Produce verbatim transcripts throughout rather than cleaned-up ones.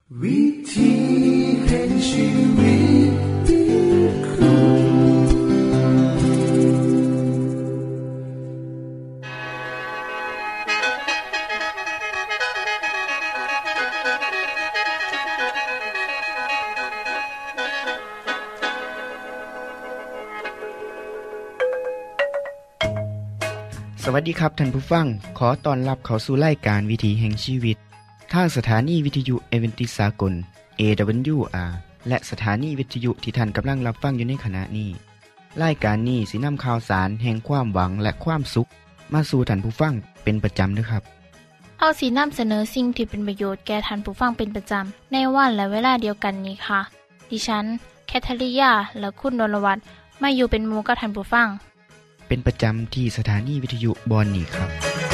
วิธีแห่งชีวิตติคุณสวัสดีครับท่านผู้ฟังขอต้อนรับเข้าสู่รายการวิถีแห่งชีวิตทางสถานีวิทยุเอเวนติสากล เอ ดับเบิลยู อาร์ และสถานีวิทยุที่ท่านกำลังรับฟังอยู่ในขณะนี้รายการนี้สินำข่าวสารแห่งความหวังและความสุขมาสู่ท่านผู้ฟังเป็นประจำนะครับเฮาสินำเสนอสิ่งที่เป็นประโยชน์แก่ท่านผู้ฟังเป็นประจำในวันและเวลาเดียวกันนี้ค่ะดิฉันแคทริยาและคุณดลวัฒน์มาอยู่เป็นหมู่กับท่านผู้ฟังเป็นประจำที่สถานีวิทยุบอนนี่ครับ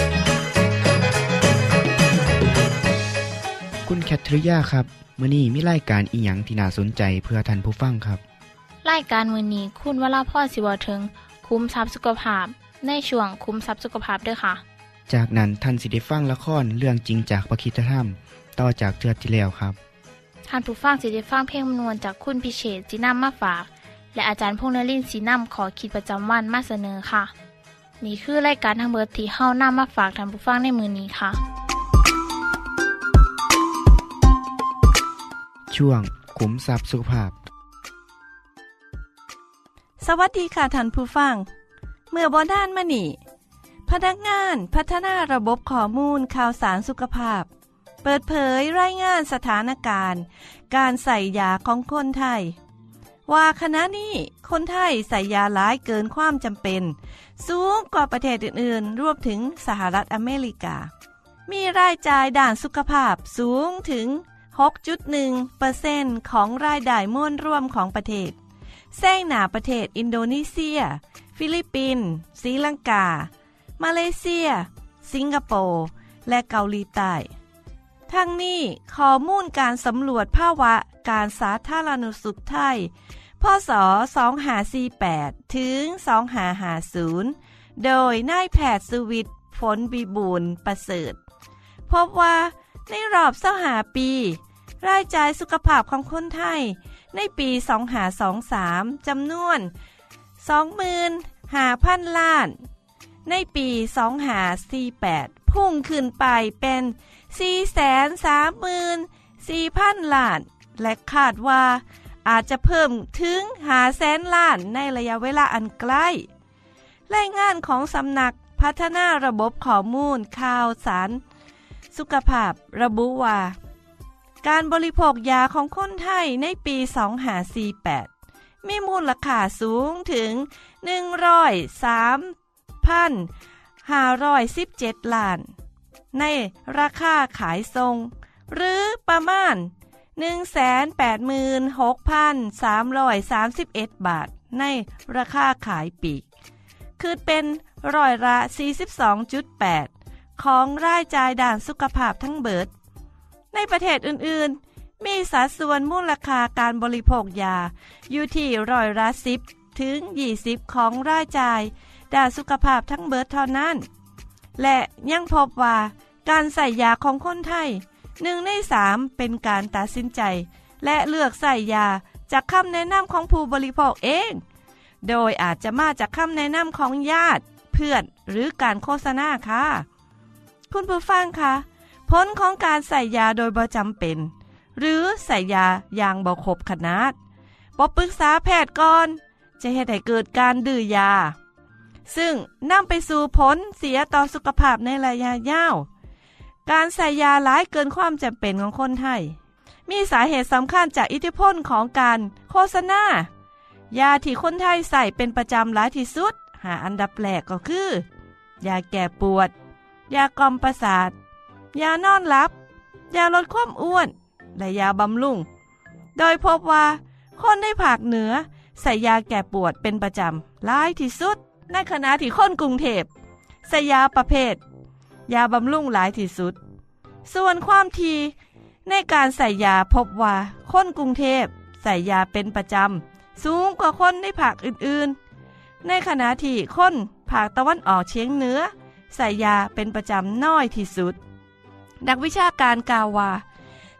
คุณแคทริยาครับมื้อนี้มีรายการอีหยังที่น่าสนใจเพื่อท่านผู้ฟังครับรายการมื้อนี้คุณวราพรสิเว้าถึงคุ้มทรัพย์สุขภาพในช่วงคุ้มทรัพย์สุขภาพเด้อค่ะจากนั้นท่านสิได้ฟังละครเรื่องจริงจากพระคริสตธรรมต่อจากเทื่อที่แล้วครับท่านผู้ฟังสิได้ฟังเพลงมนวนจากคุณพิเชษฐ์สินำมาฝากและอาจารย์พงษ์นฤมลศรีนำขอคิดประจำวันมาเสนอค่ะนี่คือรายการทั้งเบิดที่เฮานำมาฝากท่านผู้ฟังในมื้อนี้ค่ะช่วงขุมทรัพย์สุขภาพสวัสดีค่ะท่านผู้ฟังเมื่อบ่นานมานี้พนักงานพัฒนาระบบข้อมูลข่าวสารสุขภาพเปิดเผยรายงานสถานการณ์การใส่ยาของคนไทยว่าขณะนี้คนไทยใส่ยาหลายเกินความจำเป็นสูงกว่าประเทศอื่นๆรวมถึงสหรัฐอเมริกามีรายจ่ายด้านสุขภาพสูงถึง หกจุดหนึ่งเปอร์เซ็นต์ ของรายได้มวลรวมของประเทศแซงหน้าประเทศอินโดนีเซียฟิลิปปินส์ศรีลังกามาเลเซียสิงคโปร์และเกาหลีใต้ทั้งนี้ข้อมูลการสำรวจภาวะการสาธารณสุขไทยพ.ศ. สองพันห้าร้อยสี่สิบแปด ถึง สองพันห้าร้อยห้าสิบ โดยนายแพทย์สุวิทย์ผลวิบูลย์ประเสริฐพบว่าในรอบยี่สิบห้าปีรายจ่ายสุขภาพของคนไทยในปี สองพันห้าร้อยยี่สิบสาม จำนวน สองหมื่นห้าพัน ล้านในปี สองพันห้าร้อยสี่สิบแปด พุ่งขึ้นไปเป็น สี่แสนสามหมื่นสี่พัน ล้านและคาดว่าอาจจะเพิ่มถึง ห้าแสน ล้านในระยะเวลาอันใกล้รายงานของสำนักพัฒนาระบบข้อมูลข่าวสารสุขภาพระบุว่าการบริโภคยาของคนไทยในปี สองพันห้าร้อยสี่สิบแปด มีมูลค่าสูงถึง หนึ่งร้อยสามพันห้าร้อยสิบเจ็ด ล้านในราคาขายส่งหรือประมาณ หนึ่งแสนแปดหมื่นหกพันสามร้อยสามสิบเอ็ด บาทในราคาขายปลีกคือเป็นร้อยละ สี่สิบสองจุดแปด ของรายจ่ายด้านสุขภาพทั้งเบิดในประเทศอื่นๆมีสัดส่วนมูลค่าการบริโภคยาอยู่ที่ร้อยละสิบถึงยี่สิบของรายจ่ายด้านสุขภาพทั้งเบิดเท่านั้นและยังพบว่าการใส่ยาของคนไทยหนึ่งในสามเป็นการตัดสินใจและเลือกใส่ยาจากคำแนะนำของผู้บริโภคเองโดยอาจจะมาจากคำแนะนำของญาติเพื่อนหรือการโฆษณาค่ะคุณผู้ฟังคะผลของการใส่ยาโดยบ่จำเป็นหรือใส่ยาอย่างบ่ครบขนาดบ่ปรึกษาแพทย์ก่อนจะเฮ็ดให้เกิดการดื้อยาซึ่งนำไปสู่ผลเสียต่อสุขภาพในระยะยาวการใส่ยาหลายเกินความจำเป็นของคนไทยมีสาเหตุสำคัญจากอิทธิพลของการโฆษณายาที่คนไทยใส่เป็นประจำหลายที่สุดหาอันดับแรกก็คือยาแก้ปวดยากล่อมประสาทยานอนหลับยาลดความอ้วนและยาบำรุงโดยพบว่าคนในภาคเหนือใส่ยาแก้ปวดเป็นประจำหลายที่สุดในขณะที่คนกรุงเทพใส่ยาประเภทยาบำรุงหลายที่สุดส่วนความถี่ในการใส่ยาพบว่าคนกรุงเทพใส่ยาเป็นประจำสูงกว่าคนในภาคอื่นๆในขณะที่คนภาคตะวันออกเฉียงเหนือใส่ยาเป็นประจำน้อยที่สุดนักวิชาการกล่าวว่า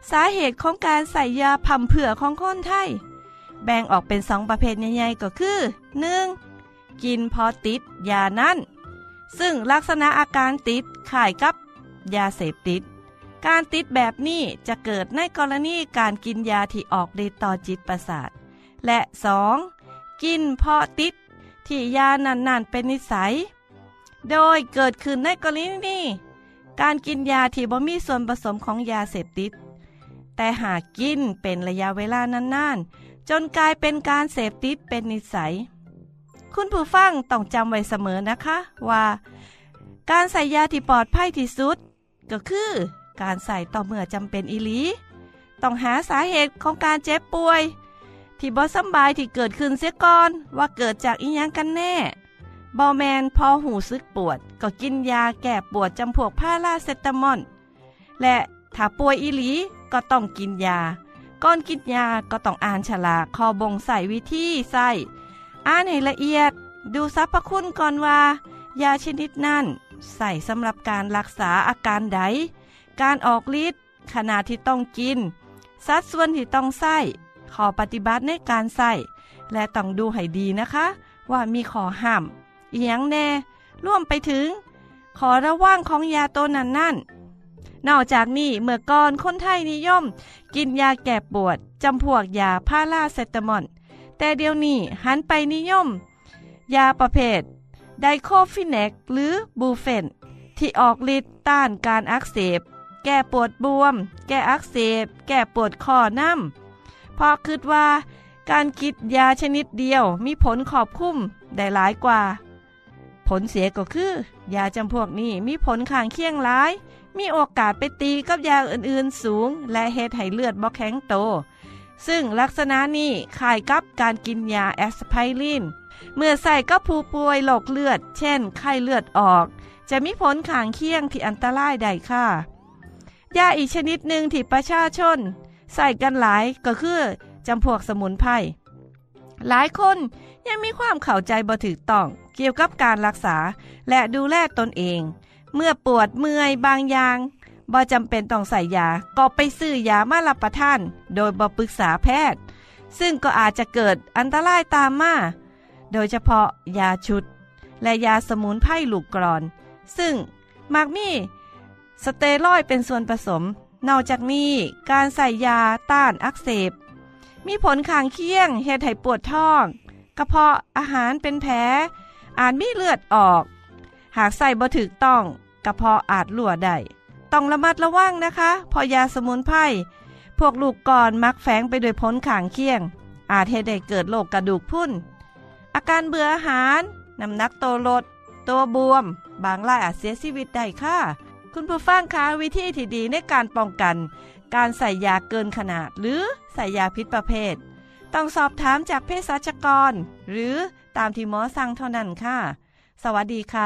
สาเหตุของการใส่ยาพำเผื่อของคนไทยแบ่งออกเป็นสองประเภทใหญ่ๆก็คือ หนึ่ง. กินพอติดยานั้นซึ่งลักษณะอาการติดคล้ายกับยาเสพติดการติดแบบนี้จะเกิดในกรณีการกินยาที่ออกฤทธิ์ต่อจิตประสาทและ สอง. กินเพราะติดที่ยานั้นๆเป็นนิสัยโดยเกิดขึ้นในกรณีนี้การกินยาที่บ่มีส่วนผสมของยาเสพติดแต่หากกินเป็นระยะเวลานานๆจนกลายเป็นการเสพติดเป็นนิสัยคุณผู้ฟังต้องจำไว้เสมอนะคะว่าการใส่ยาที่ปลอดภัยที่สุดก็คือการใส่ต่อเมื่อจำเป็นอีหลีต้องหาสาเหตุของการเจ็บป่วยที่บ่สำบายที่เกิดขึ้นเสียก่อนว่าเกิดจากอีหยังกันแน่บอแมนพอหูซึกปวดก็กินยาแก้ปวดจำพวกพาราเซตามอลและถ้าป่วยอีหลีก็ต้องกินยาก่อนกินยาก็ต้องอ่านฉลากข้อบ่งใส่วิธีใส่อ่านให้ละเอียดดูสรรพคุณก่อนว่ายาชนิดนั้นใส่สำหรับการรักษาอาการใดการออกฤทธิ์ขนาดที่ต้องกินสัดส่วนที่ต้องใส่ข้อปฏิบัติในการใส่และต้องดูให้ดีนะคะว่ามีข้อห้ามอีหยังแน่ร่วมไปถึงขอระวังของยาตัวนั้นนั่นนอกจากนี้เมื่อก่อนคนไทยนิยมกินยาแก้ปวดจำพวกยาพาราเซตามอลแต่เดี๋ยวนี้หันไปนิยมยาประเภทไดโคฟิเนกหรือบูเฟนที่ออกฤทธิ์ต้านการอักเสบแก้ปวดบวมแก้อักเสบแก้ปวดคอน้ำเพราะคิดว่าการกินยาชนิดเดียวมีผลขอบคุ้มได้หลายกว่าผลเสียก็คือยาจำพวกนี้มีผลข้างเคียงหลายมีโอกาสไปตีกับยาอื่นๆสูงและเฮ็ดให้เลือดบ่แข็งโตซึ่งลักษณะนี้คล้ายกับการกินยาแอสไพรินเมื่อใส่กับผู้ป่วยโรคเลือดเช่นไข้เลือดออกจะมีผลข้างเคียงที่อันตรายได้ค่ะยาอีกชนิดหนึ่งที่ประชาชนใส่กันหลายก็คือจำพวกสมุนไพรหลายคนยังมีความเข้าใจบ่ถูกต้องเกี่ยวกับการรักษาและดูแลตนเองเมื่อปวดเมื่อยบางอย่างบ่จำเป็นต้องใส่ยาก็ไปซื้อยามารับประทานโดยบ่ปรึกษาแพทย์ซึ่งก็อาจจะเกิดอันตรายตามมาโดยเฉพาะยาชุดและยาสมุนไพรลูกกรอนซึ่งมักมีสเตียรอยด์เป็นส่วนผสมนอกจากนี้การใส่ยาต้านอักเสบมีผลข้างเคียงเฮ็ดให้ปวดท้องกระเพาะอาหารเป็นแผลอาจมีเลือดออกหากใส่บ่ถูกต้องกระเพาะอาจรั่วได้ต้องระมัดระวังนะคะเพราะยาสมุนไพรพวกลูกกลอนมักแฝงไปด้วยผลข้างเคียงอาจเฮ็ดให้เกิดโรคกระดูกพรุนอาการเบื่ออาหารน้ำหนักตัวลดตัวบวมบางรายอาจเสียชีวิตได้ค่ะคุณผู้ฟังคะวิธีที่ดีในการป้องกันการใส่ยาเกินขนาดหรือใส่ยาผิดประเภทต้องสอบถามจากเภสัชกรหรือตามที่หมอสั่งเท่านั้นค่ะสวัสดีค่ะ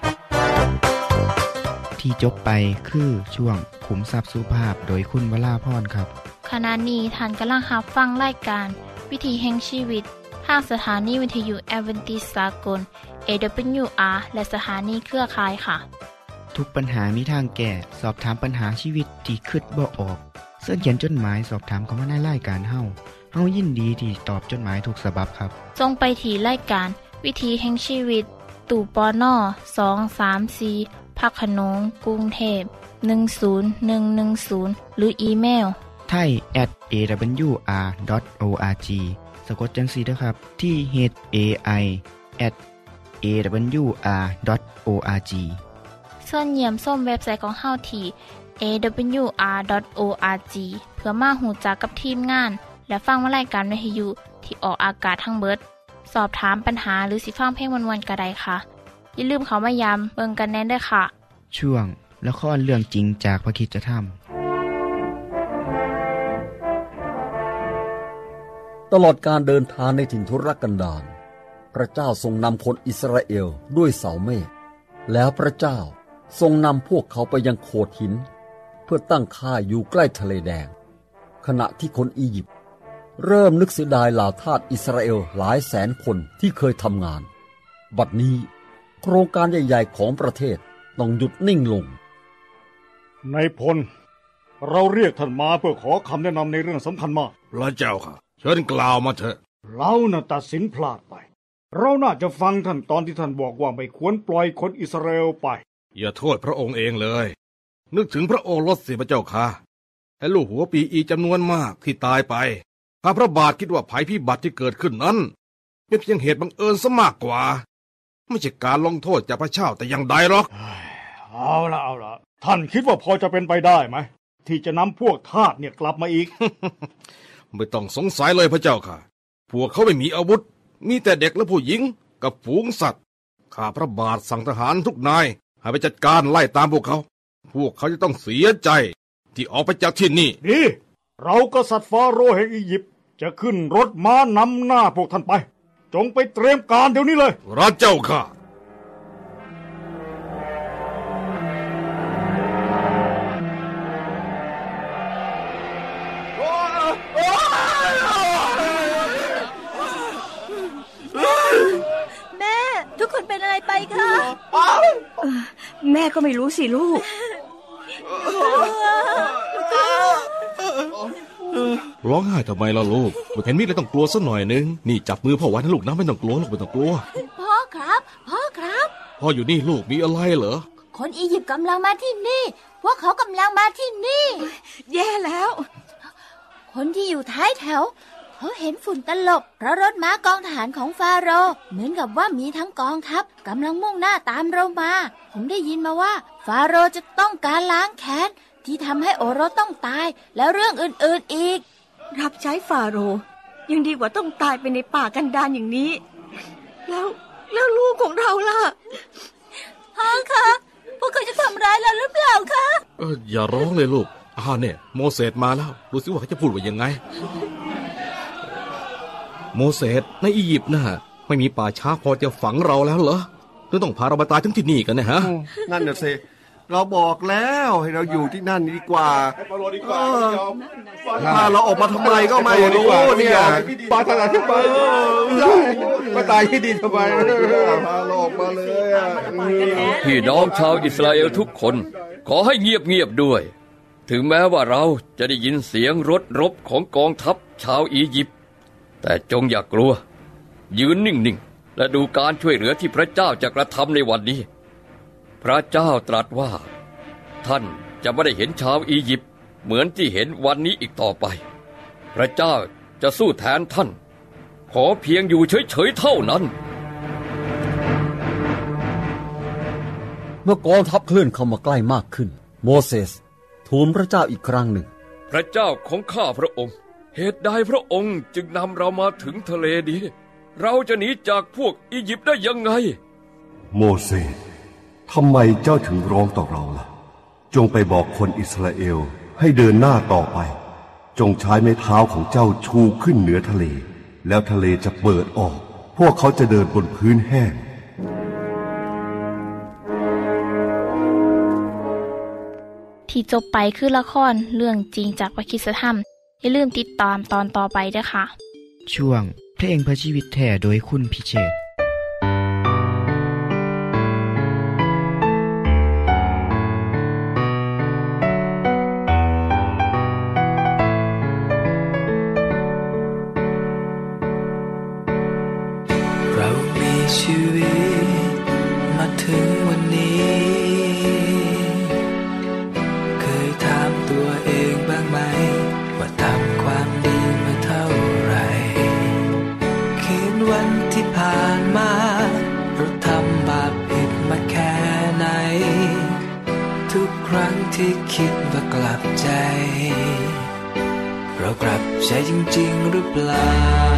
ที่จบไปคือช่วงขุมทรัพย์สุภาพโดยคุณวราพรครับขณะนี้ท่านกำลังรับฟังรายการวิถีแห่งชีวิตทางสถานีวิทยุแอดเวนทิสต์สากล เอ ดับเบิลยู อาร์ และสถานีเครือข่ายค่ะทุกปัญหามีทางแก้สอบถามปัญหาชีวิตที่คิดบ่ออกเสิร์ชเขียนจดหมายสอบถามเข้ามาในรายการเฮาเฮายินดีที่ตอบจดหมายทุกฉบับครับส่งไปที่รายการวิถีแห่งชีวิตตู้ปนสอง สาม สี่พักขนงกรุงเทพหนึ่งศูนย์หนึ่งหนึ่งศูนย์หรืออีเมลไทย แอท เอ ดับเบิลยู อาร์ ดอท โอ อาร์ จี สะกดจังซี่เด้อครับที่ เอช เอ ไอ แอท เอ ดับเบิลยู อาร์ ดอท โอ อาร์ จีส่วนเยี่ยมส้มเว็บไซต์ของเฮาที่ เอ ดับเบิลยู อาร์ ดอท โอ อาร์ จี เพื่อมาหูจักกับทีมงานและฟังรายการวิทยุที่ออกอากาศทั้งเบิดสอบถามปัญหาหรือสิฟังเพลงวนๆก็ได้ค่ะอย่าลืมเข้ามาย้ำเบิ่งกันแน่นด้วยค่ะช่วงละครเรื่องจริงจากพระคริสตธรรมตลอดการเดินทางในถิ่นทุรกันดารพระเจ้าทรงนำคนอิสราเอลด้วยเสาเมฆแล้วพระเจ้าทรงนำพวกเขาไปยังโขดหินเพื่อตั้งค่ายอยู่ใกล้ทะเลแดงขณะที่คนอียิปต์เริ่มนึกเสียดายเหล่าทาสอิสราเอลหลายแสนคนที่เคยทำงานบัดนี้โครงการใหญ่ๆของประเทศต้องหยุดนิ่งลงนายพลเราเรียกท่านมาเพื่อขอคำแนะนำในเรื่องสำคัญมากพระเจ้าค่ะเชิญกล่าวมาเถอะเราน่ะตัดสินพลาดไปเราน่าจะฟังท่านตอนที่ท่านบอกว่าไม่ควรปล่อยคนอิสราเอลไปอย่าโทษพระองค์เองเลยนึกถึงพระโอรสสิพระเจ้าค่ะและลูกหัวปีอีจำนวนมากที่ตายไปข้าพระบาทคิดว่าภัยพิบัติที่เกิดขึ้นนั้นเป็นเพียงเหตุบังเอิญซะมากกว่าไม่ใช่การลงโทษจากพระเจ้าแต่อย่างใดหรอกเอาละเอาละท่านคิดว่าพอจะเป็นไปได้ไหมที่จะนำพวกทาสเนี่ยกลับมาอีกไม่ต้องสงสัยเลยพระเจ้าค่ะพวกเขาไม่มีอาวุธมีแต่เด็กและผู้หญิงกับฝูงสัตว์ข้าพระบาทสั่งทหารทุกนายให้ไปจัดการไล่ตามพวกเขาพวกเขาจะต้องเสียใจที่ออกไปจากที่นี่ดีเรากษัตริย์ฟาโรห์แห่งอียิปต์จะขึ้นรถม้านำหน้าพวกท่านไปจงไปเตรียมการเดี๋ยวนี้เลยพระเจ้าค่ะแม่ทุกคนเป็นอะไรไปคะแม่ก็ไม่รู้สิลูกร้องไห้ทำไมล่ะลูกไม่เห็นมีอะไรต้องกลัวสักหน่อยนึงนี่จับมือพ่อไว้นะลูกนะไม่ต้องกลัวลูกไม่ต้องกลัวพ่อครับพ่อครับพ่ออยู่นี่ลูกมีอะไรเหรอคนอียิปต์กำลังมาที่นี่พวกเขากำลังมาที่นี่แย่แล้วคนที่อยู่ท้ายแถวเขาเห็นฝุ่นตลบเพราะรถม้ากองทหารของฟาโรห์เหมือนกับว่ามีทั้งกองทัพกำลังมุ่งหน้าตามเรามาผมได้ยินมาว่าฟาโรห์จะต้องการล้างแค้นที่ทำให้โอรสต้องตายแล้วเรื่องอื่นๆอีกรับใช้ฟาโรห์ยังดีกว่าต้องตายไปในป่ากันดารอย่างนี้แล้วแล้วลูกของเราล่ะพ่อคะพวกเขาจะทำร้ายเราหรือเปล่าคะเอออย่าร้องเลยลูกอ่าเนี่ยโมเสสมาแล้วดูสิว่าเขาจะพูดว่ายังไงโมเสสในอียิปต์น่ะไม่มีป่าช้าพอจะฝังเราแล้วเหรอหรือต้องพาเราไปตายทั้งที่นี่กันนะฮะนั่นน่ะสิเราบอกแล้วให้เราอยู่ที่นั่นดีกว่าพาเราออกมาทำไมก็ไม่รู้เนี่ยปาทหารที่ไปมาตายที่ดีทำไมพาเราออกมาเลยพี่น้องชาวอิสราเอลทุกคนขอให้เงียบๆด้วยถึงแม้ว่าเราจะได้ยินเสียงรถรบของกองทัพชาวอียิปต์แต่จงอย่ากลัวยืนนิ่งๆและดูการช่วยเหลือที่พระเจ้าจะกระทำในวันนี้พระเจ้าตรัสว่าท่านจะไม่ได้เห็นชาวอียิปต์เหมือนที่เห็นวันนี้อีกต่อไปพระเจ้าจะสู้แทนท่านขอเพียงอยู่เฉยๆเท่านั้นเมื่อกองทัพเคลื่อนเข้ามาใกล้มากขึ้นโมเสสทูลพระเจ้าอีกครั้งหนึ่งพระเจ้าของข้าพระองค์เหตุใดพระองค์จึงนำเรามาถึงทะเลนี้เราจะหนีจากพวกอียิปต์ได้ยังไงโมเสสทำไมเจ้าถึงร้องต่อเราล่ะจงไปบอกคนอิสราเอลให้เดินหน้าต่อไปจงใช้ไม้เท้าของเจ้าชูขึ้นเหนือทะเลแล้วทะเลจะเปิดออกพวกเขาจะเดินบนพื้นแห้งที่จบไปคือละครเรื่องจริงจากพระคริสตธรรมอย่าลืมติดตามตอนต่อไปด้วยค่ะช่วงเพลงเพื่อชีวิตแท้โดยคุณพิเชษฐ์เรามีชีวิตมาถึงวันนี้เคยถามตัวเองบ้างไหมว่าทำความดีมาเท่าไหร่คืนวันที่ผ่านมาเราทำบาปผิดมาแค่ไหนทุกครั้งที่คิดว่ากลับใจเรากลับใจจริงๆหรือเปล่า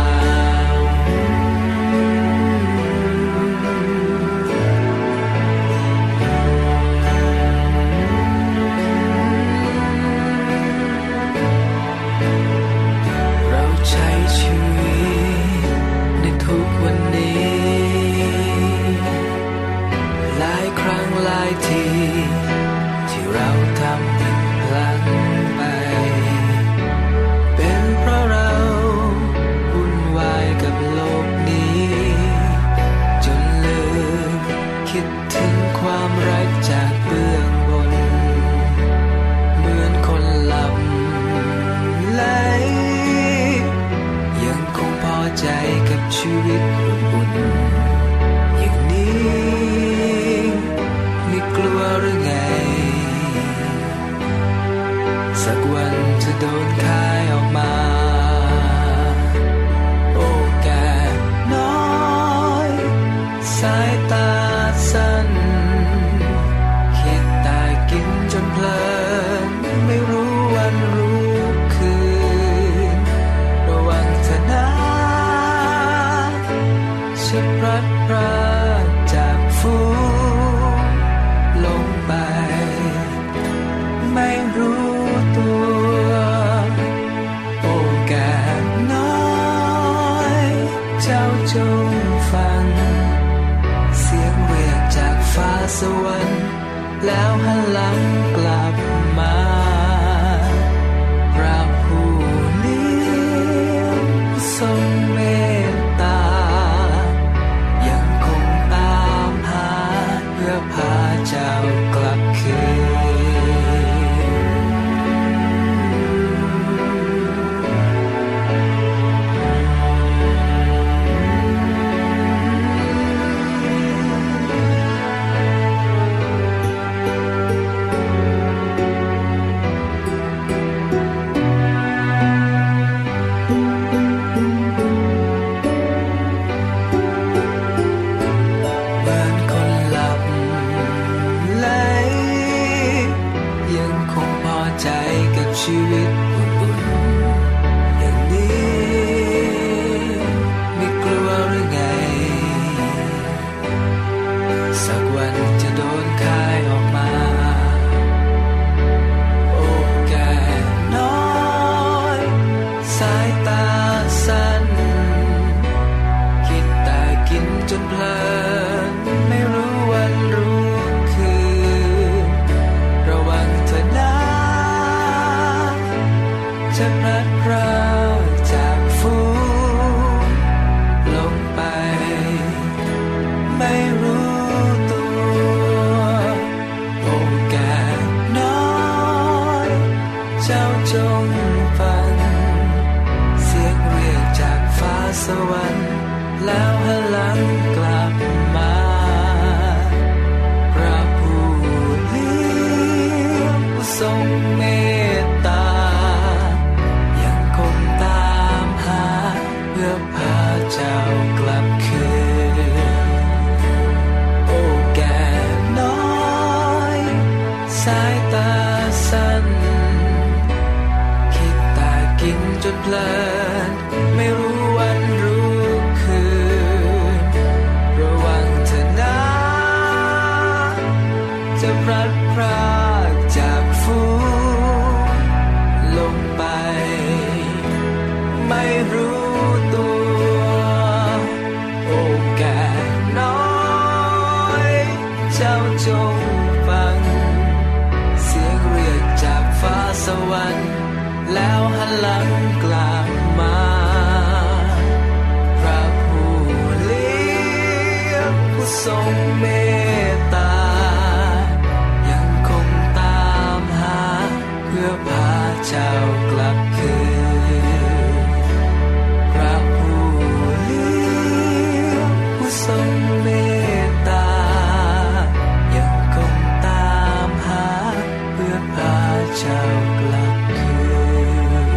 ที่เราทำผิดพลั้งไปเป็นเพราะเราวุ่นวายกับโลกนี้จนลืมคิดถึงความรักจากเบื้องบนเหมือนคนหลชีวิตอุ่นๆอย่างนี้ไม่กลัวหรือไงสักวันจะโดนคายออกมาโอ้แก่น้อยสายตาสั้นคิดแต่กินจนเพลินไม่รู้วันรู้คืนระวังเถอะนะจะพลัดพรากจากฝูงลงไปไม่รู้ตัวโอ้แก่น้อยเจ้าจงฟังเสียงเรียกจากฟ้าสวรรค์แล้วหันหลังกลับมาพระผู้เลี้ยงทรงเมตตายังคงตามหาเพื่อพาเจ้ากลับคืนชีวิตอุ่นๆอย่างนี้ไม่กลัวหรือไงสักวันจะโดนคายออกมาโอ้แก่น้อยสายตาสั้นคิดแต่กินจนเพลินไม่รู้วันรู้คืนระวังเถอะนะจะพลัดพรากจากฝูงลงไปไม่รู้ตัวโอ้แก่น้อยเจ้าจงฟังเสียงเรียกจากฟ้าสวรรค์แล้วหันหลังกลับมาพระผู้เลี้ยงผู้ทรงเมตตาเพื่อพาเจ้ากลับคืนโอ้แก่น้อยสายตาสั้นคิดแต่กินจนเพลินไม่รู้วันรู้คืนระวังเถอะนะจะพลัดพรากจากฝูงลงไปไม่รู้เจ้าจงฟังเสียงเรียกจากฟ้าสวรรค์แล้วหันหลังกลับมาพระผู้เลี้ยงผู้ทรงเมตตายังคงตามหาเพื่อพาเจ้ากลับคืนพระผู้เลี้ยงผู้ทรงเมตตาเจ้ากลับคืน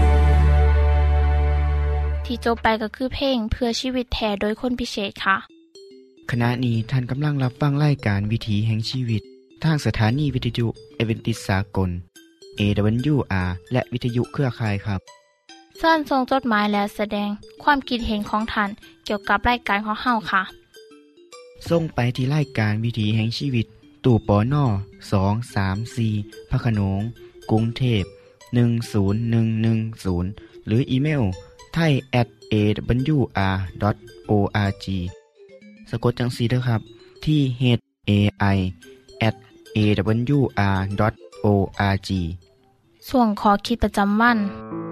ที่จบไปก็คือเพลงเพื่อชีวิตแท้โดยคนพิเศษค่ะขณะนี้ท่านกำลังรับฟังรายการวิถีแห่งชีวิตทางสถานีวิทยุเอเวนติสากล เอ ดับเบิลยู อาร์ และวิทยุเครือข่ายครับเชิญส่งจดหมายและแสดงความคิดเห็นของท่านเกี่ยวกับรายการของเฮาค่ะส่งไปที่รายการวิถีแห่งชีวิตตู้ปนสอง สาม สี่พระโขนงกรุงเทพหนึ่งศูนย์หนึ่งหนึ่งศูนย์หรืออีเมล ไทย แอท เอ ดับเบิลยู อาร์ ดอท โอ อาร์ จี สะกดจังซี่เด้อครับที่ เอช เอ ไอ แอท เอ ดับเบิลยู อาร์ ดอท โอ อาร์ จีส่วนขอคิดประจำวัน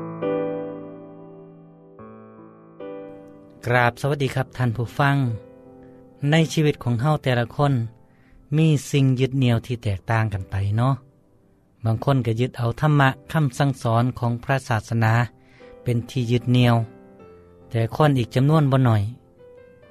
กราบสวัสดีครับท่านผู้ฟังในชีวิตของเฮาแต่ละคนมีสิ่งยึดเหนี่ยวที่แตกต่างกันไปเนาะบางคนก็ยึดเอาธรรมะคำสั่งสอนของพระศาสนาเป็นที่ยึดเหนี่ยวแต่คนอีกจำนวนบ่หน่อย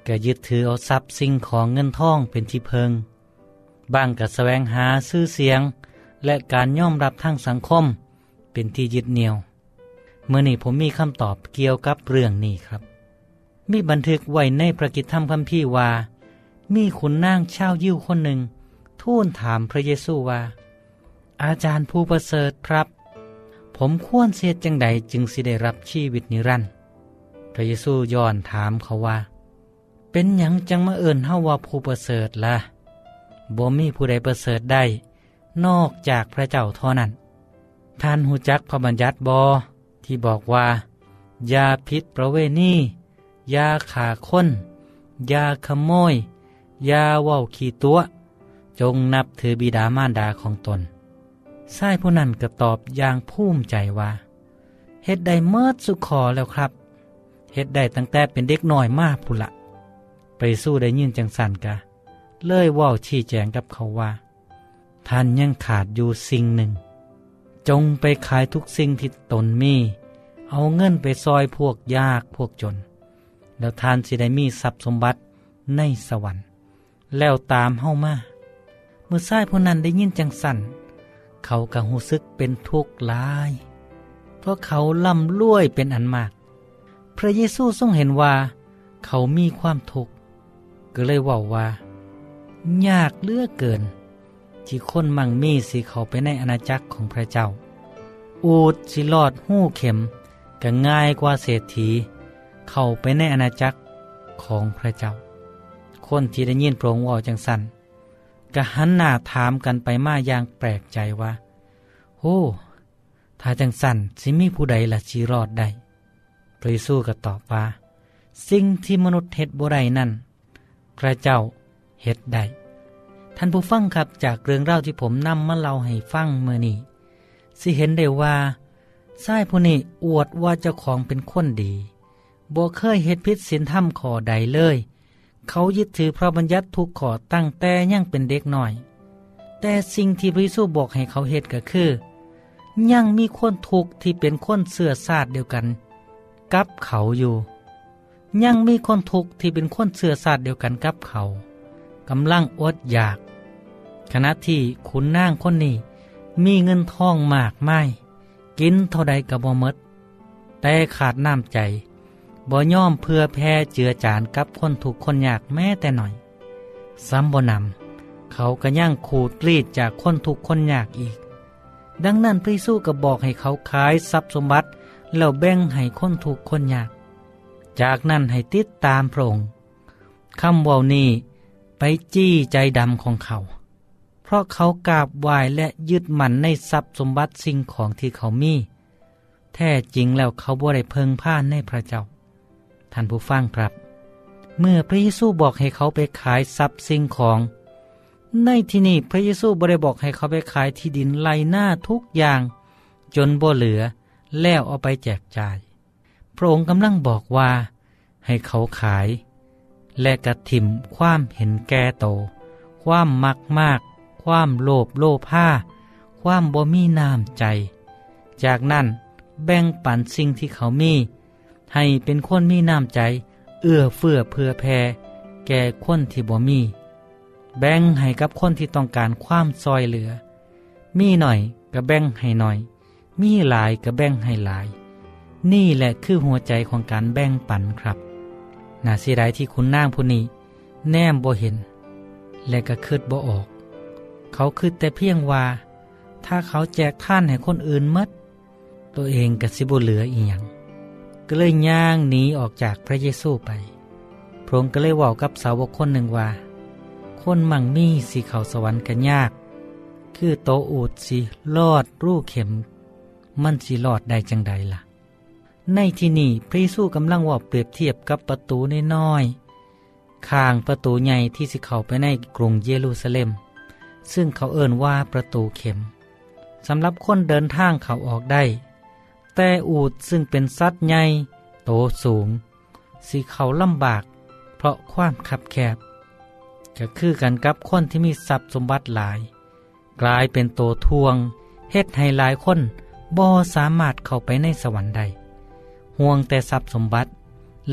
ก็ยึดถือเอาทรัพย์สิ่งของเงินทองเป็นที่เพิงบางก็แสวงหาชื่อเสียงและการยอมรับทางสังคมเป็นที่ยึดเหนี่ยวเมื่อนี้ผมมีคำตอบเกี่ยวกับเรื่องนี้ครับมีบันทึกไว้ในพระกิตติธรรมคัมภีร์ว่ามีขุนนางชาวยิวคนหนึ่งทูลถามพระเยซูว่าอาจารย์ผู้ประเสริฐครับผมควรเสียจังใดจึงสิได้รับชีวิตนิรันดร์พระเยซูย้อนถามเขาว่าเป็นหยังจังมาเอิ้นเฮาว่าผู้ประเสริฐล่ะบ่มีผู้ใดประเสริฐได้นอกจากพระเจ้าเท่านั้นท่านหูจักพระบัญญัติบ่ที่บอกว่าอย่าผิดประเวณีอย่าฆ่าคนอย่าขโมยอย่าเว้าขี้ตัวจงนับถือบิดามารดาของตนชายผู้นั้นก็ตอบอย่างภูมิใจว่าเฮ็ดได้เมิดสุขอแล้วครับเฮ็ดได้ตั้งแต่เป็นเด็กน้อยมาพุ่นละไปสู้ได้ยินจังสั่นกะเลยเว้าชี้แจงกับเขาว่าท่านยังขาดอยู่สิ่งหนึ่งจงไปขายทุกสิ่งที่ตนมีเอาเงินไปซอยพวกยากพวกจนแล้วท่านสิได้มีทรัพย์สมบัติในสวรรค์แล้วตามเฮามาเมื่อชายผู้นั้นได้ยินจังสั่นเขาก็รู้สึกเป็นทุกข์หลายเพราะเขาร่ำรวยเป็นอันมากพระเยซูทรงเห็นว่าเขามีความทุกข์ก็เลยว่าว่ายากเหลือเกินที่คนมั่งมีสิเข้าไปในอาณาจักรของพระเจ้าอูฐสิรอดหู้เข็มก็ง่ายกว่าเศรษฐีเข้าไปในอาณาจักรของพระเจ้าคนที่ได้ยินพระองค์ว่าจังสันก็หันหน้าถามกันไปมาอย่างแปลกใจว่าโอ้ถ้าจังสันสิมีผู้ใดล่ะสิรอดได้พระเยซูก็ตอบว่าสิ่งที่มนุษย์เฮ็ดบ่ได้นั่นพระเจ้าเฮ็ดได้ท่านผู้ฟังครับจากเรื่องเล่าที่ผมนำมาเล่าให้ฟังเมื่อนี้สิเห็นได้ว่าชายผู้นี้อวดว่าเจ้าของเป็นคนดีบ่เคยเฮ็ดผิดศีลธรรมข้อใดเลยเขายึดถือพระบัญญัติทุกข้อตั้งแต่ยังเป็นเด็กน้อยแต่สิ่งที่พระเยซูบอกให้เขาเฮ็ดก็คือยังมีคนทุกข์ที่เป็นคนเสื้อชาติเดียวกันกับเขาอยู่ยังมีคนทุกข์ที่เป็นคนเสื้อชาติเดียวกันกับเขากำลังอดอยากขณะที่ขุนนางคนนี้มีเงินทองมากมายกินเท่าใดก็บ่หมดแต่ขาดน้ำใจบ่ยอมเพื่อแพ้เจือจานกับคนทุกข์คนยากแม้แต่หน่อยซ้ำบ่นำเขาก็ย่างขูดรีดจากคนทุกข์คนยากอีกดังนั้นพระเยซูก็บอกให้เขาขายทรัพย์สมบัติแล้วแบ่งให้คนทุกข์คนยากจากนั้นให้ติดตามพระองค์คำเว้านี้ไปจี้ใจดำของเขาเพราะเขากราบไหว้และยึดมั่นในทรัพย์สมบัติสิ่งของที่เขามีแท้จริงแล้วเขาบ่ได้เพิงพาในพระเจ้าท่านผู้ฟังครับเมื่อพระเยซูบอกให้เขาไปขายทรัพย์สิ่งของในที่นี้พระเยซูบ่ได้บอกให้เขาไปขายที่ดินไร่นาทุกอย่างจนบ่เหลือแล้วเอาไปแจกจ่ายพระองค์กำลังบอกว่าให้เขาขายและกระถิ่มความเห็นแก่โตความมักมากความโลภโลภะความบ่มีน้ำใจจากนั้นแบ่งปันสิ่งที่เขามีให้เป็นคนมีน้ำใจเอื้อเฟื้อเผื่อแผ่แก่คนที่บ่มีแบ่งให้กับคนที่ต้องการความซอยเหลือมีหน่อยก็แบ่งให้หน่อยมีหลายก็แบ่งให้หลายนี่แหละคือหัวใจของการแบ่งปันครับน่าเสียดายที่คุณนางผู้นี้แนมบ่เห็นและก็คิดบ่ออกเขาคิดแต่เพียงว่าถ้าเขาแจกท่านให้คนอื่นหมดตัวเองก็สิบ่เหลืออีหยังก็เลยย่างหนีออกจากพระเยซูไปพระองค์ก็เลยบอกกับสาวกคนหนึ่งว่าคนมั่งมีสิเข้าสวรรค์กันยากคือโตอูฐสิรอดรูเข็มมันสิรอดได้จังใดล่ะในที่นี้พระเยซูกำลังว่าเปรียบเทียบกับประตูน้อยๆข้างประตูใหญ่ที่สิเข้าไปในกรุงเยรูซาเล็มซึ่งเขาเอ่นว่าประตูเข็มสำหรับคนเดินทางเข้าออกได้แต่อูฐซึ่งเป็นสัตว์ใหญ่โตสูงสิเข้าลำบากเพราะความคับแคบก็คือกันกับคนที่มีทรัพย์สมบัติหลายกลายเป็นโตทวงเฮ็ดให้หลายคนบ่สามารถเข้าไปในสวรรค์ได้ห่วงแต่ทรัพย์สมบัติและ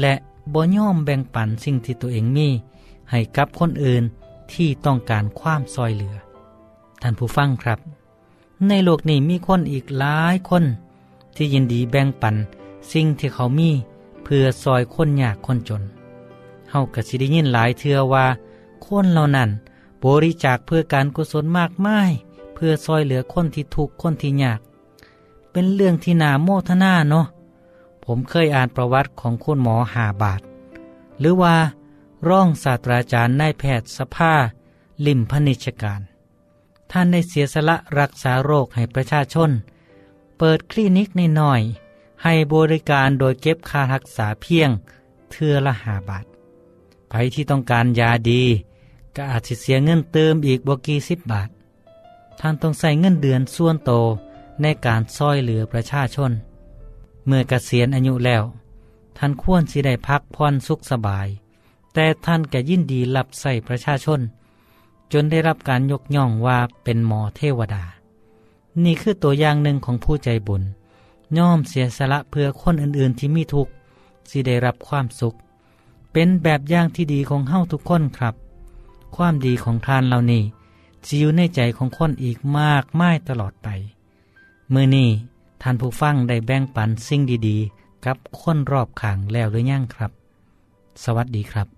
บ่ยอมแบ่งปันสิ่งที่ตัวเองมีให้กับคนอื่นที่ต้องการความซอยเหลือท่านผู้ฟังครับในโลกนี้มีคนอีกหลายคนที่ยินดีแบ่งปันสิ่งที่เขามีเพื่อซอยคนยากคนจนเฮาก็สิได้ยินหลายเทื่อว่าคนเหล่านั้นบริจาคเพื่อการกุศลมากมายเพื่อซอยเหลือคนที่ทุกข์คนที่ยากเป็นเรื่องที่น่าโมทนาเนาะผมเคยอ่านประวัติของคุณหมอหาบาทหรือว่าร่องศาสตราจารย์นายแพทย์สภาลิมพนิชการท่านได้เสียสละรักษาโรคให้ประชาชนเปิดคลินิกน้อยๆให้บริการโดยเก็บค่ารักษาเพียงเทื่อละห้าบาทใครที่ต้องการยาดีก็อาจจะเสียเงินเติมอีกบ่กี่สิบบาทท่านต้องใส่เงินเดือนส่วนโตในการซอยเหลือประชาชนเมื่อเกษียณอายุแล้วท่านควรสิได้พักผ่อนสุขสบายแต่ท่านก็ยินดีรับใส่ประชาชนจนได้รับการยกย่องว่าเป็นหมอเทวดานี่คือตัวอย่างหนึ่งของผู้ใจบุญยอมเสียสละเพื่อคนอื่นๆที่มีทุกข์สิได้รับความสุขเป็นแบบอย่างที่ดีของเฮาทุกคนครับความดีของท่านเหล่านี้จะอยู่ในใจของคนอีกมากมายตลอดไปมื้อนี้ท่านผู้ฟังได้แบ่งปันสิ่งดีๆกับคนรอบข้างแล้วหรือยังครับสวัสดีครับ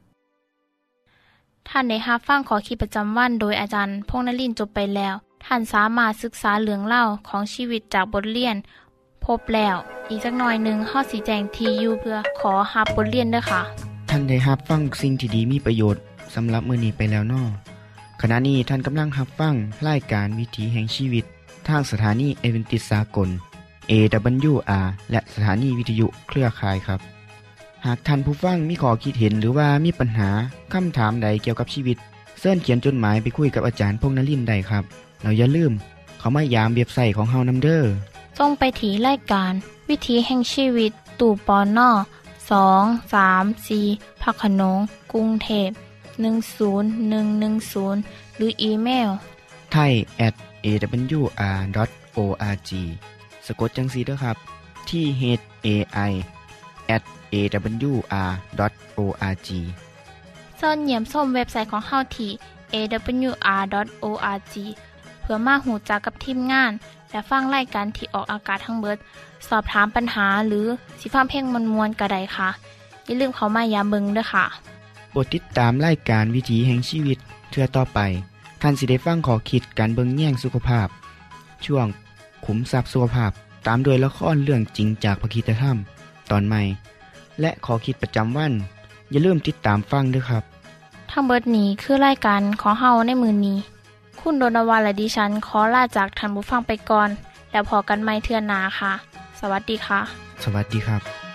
ท่านได้รับฟังขอคิดประจำวันโดยอาจารย์พงษ์นฤมลจบไปแล้วท่านสามารถศึกษาเรื่องเล่าของชีวิตจากบทเรียนพบแล้วอีกสักหน่อยหนึ่งเฮาสิแจ้งที่อยู่เพื่อขอรับบทเรียนด้วยค่ะท่านได้รับฟังสิ่งที่ดีมีประโยชน์สำหรับมื้อนี้ไปแล้วน้อขณะนี้ท่านกำลังรับฟังรายการวิถีแห่งชีวิตทางสถานีเอเวนติสากล เอ ดับเบิลยู อาร์ และสถานีวิทยุเครือข่ายครับหากท่านผู้ฟังมีข้อคิดเห็นหรือว่ามีปัญหาคำถามใดเกี่ยวกับชีวิตเชิญเขียนจดหมายไปคุยกับอาจารย์พงษ์นฤมลได้ครับเราอย่าลืมเขามายามเว็บไซต์ของเฮานำเด้อส่งไปที่รายการวิถีแห่งชีวิตตู่ปนสอง สาม สี่พักขนงกรุงเทพหนึ่ง ศูนย์ หนึ่ง หนึ่ง ศูนย์หรืออีเมลไทย แอท เอ ดับเบิลยู อาร์ ดอท โอ อาร์ จี สะกดจังซี่เด้อครับที่ เอช เอ ไอ แอท เอ ดับเบิลยู อาร์ ดอท โอ อาร์ จีส่วนเยี่ยมชมเว็บไซต์ของเฮาที่ เอ ดับเบิลยู อาร์ ดอท โอ อาร์ จี เพื่อมาหูจักกับทีมงานและฟังรายการที่ออกอากาศทั้งเบิดสอบถามปัญหาหรือสิฟังเพลงมวลๆก็ได้ค่ะอย่าลืมเข้ามายามเบิ่งด้วยค่ะโปรดติดตามรายการวิถีแห่งชีวิตเทื่อต่อไปท่านสิได้ฟังขอคิดการเบิ่งแย่งสุขภาพช่วงขุมทรัพย์สุขภาพตามโดยละครเรื่องจริงจากพระคริสตธรรมตอนใหม่และขอคิดประจำวันอย่าลืมติดตามฟังด้วยครับทั้งเบิดนี้คือรายการของเฮาในมื้อนี้คุณโดนวาและดิฉันขอลาจากท่านผู้ฟังไปก่อนแล้วพอกันใหม่เทื่อหน้าค่ะสวัสดีค่ะสวัสดีครับ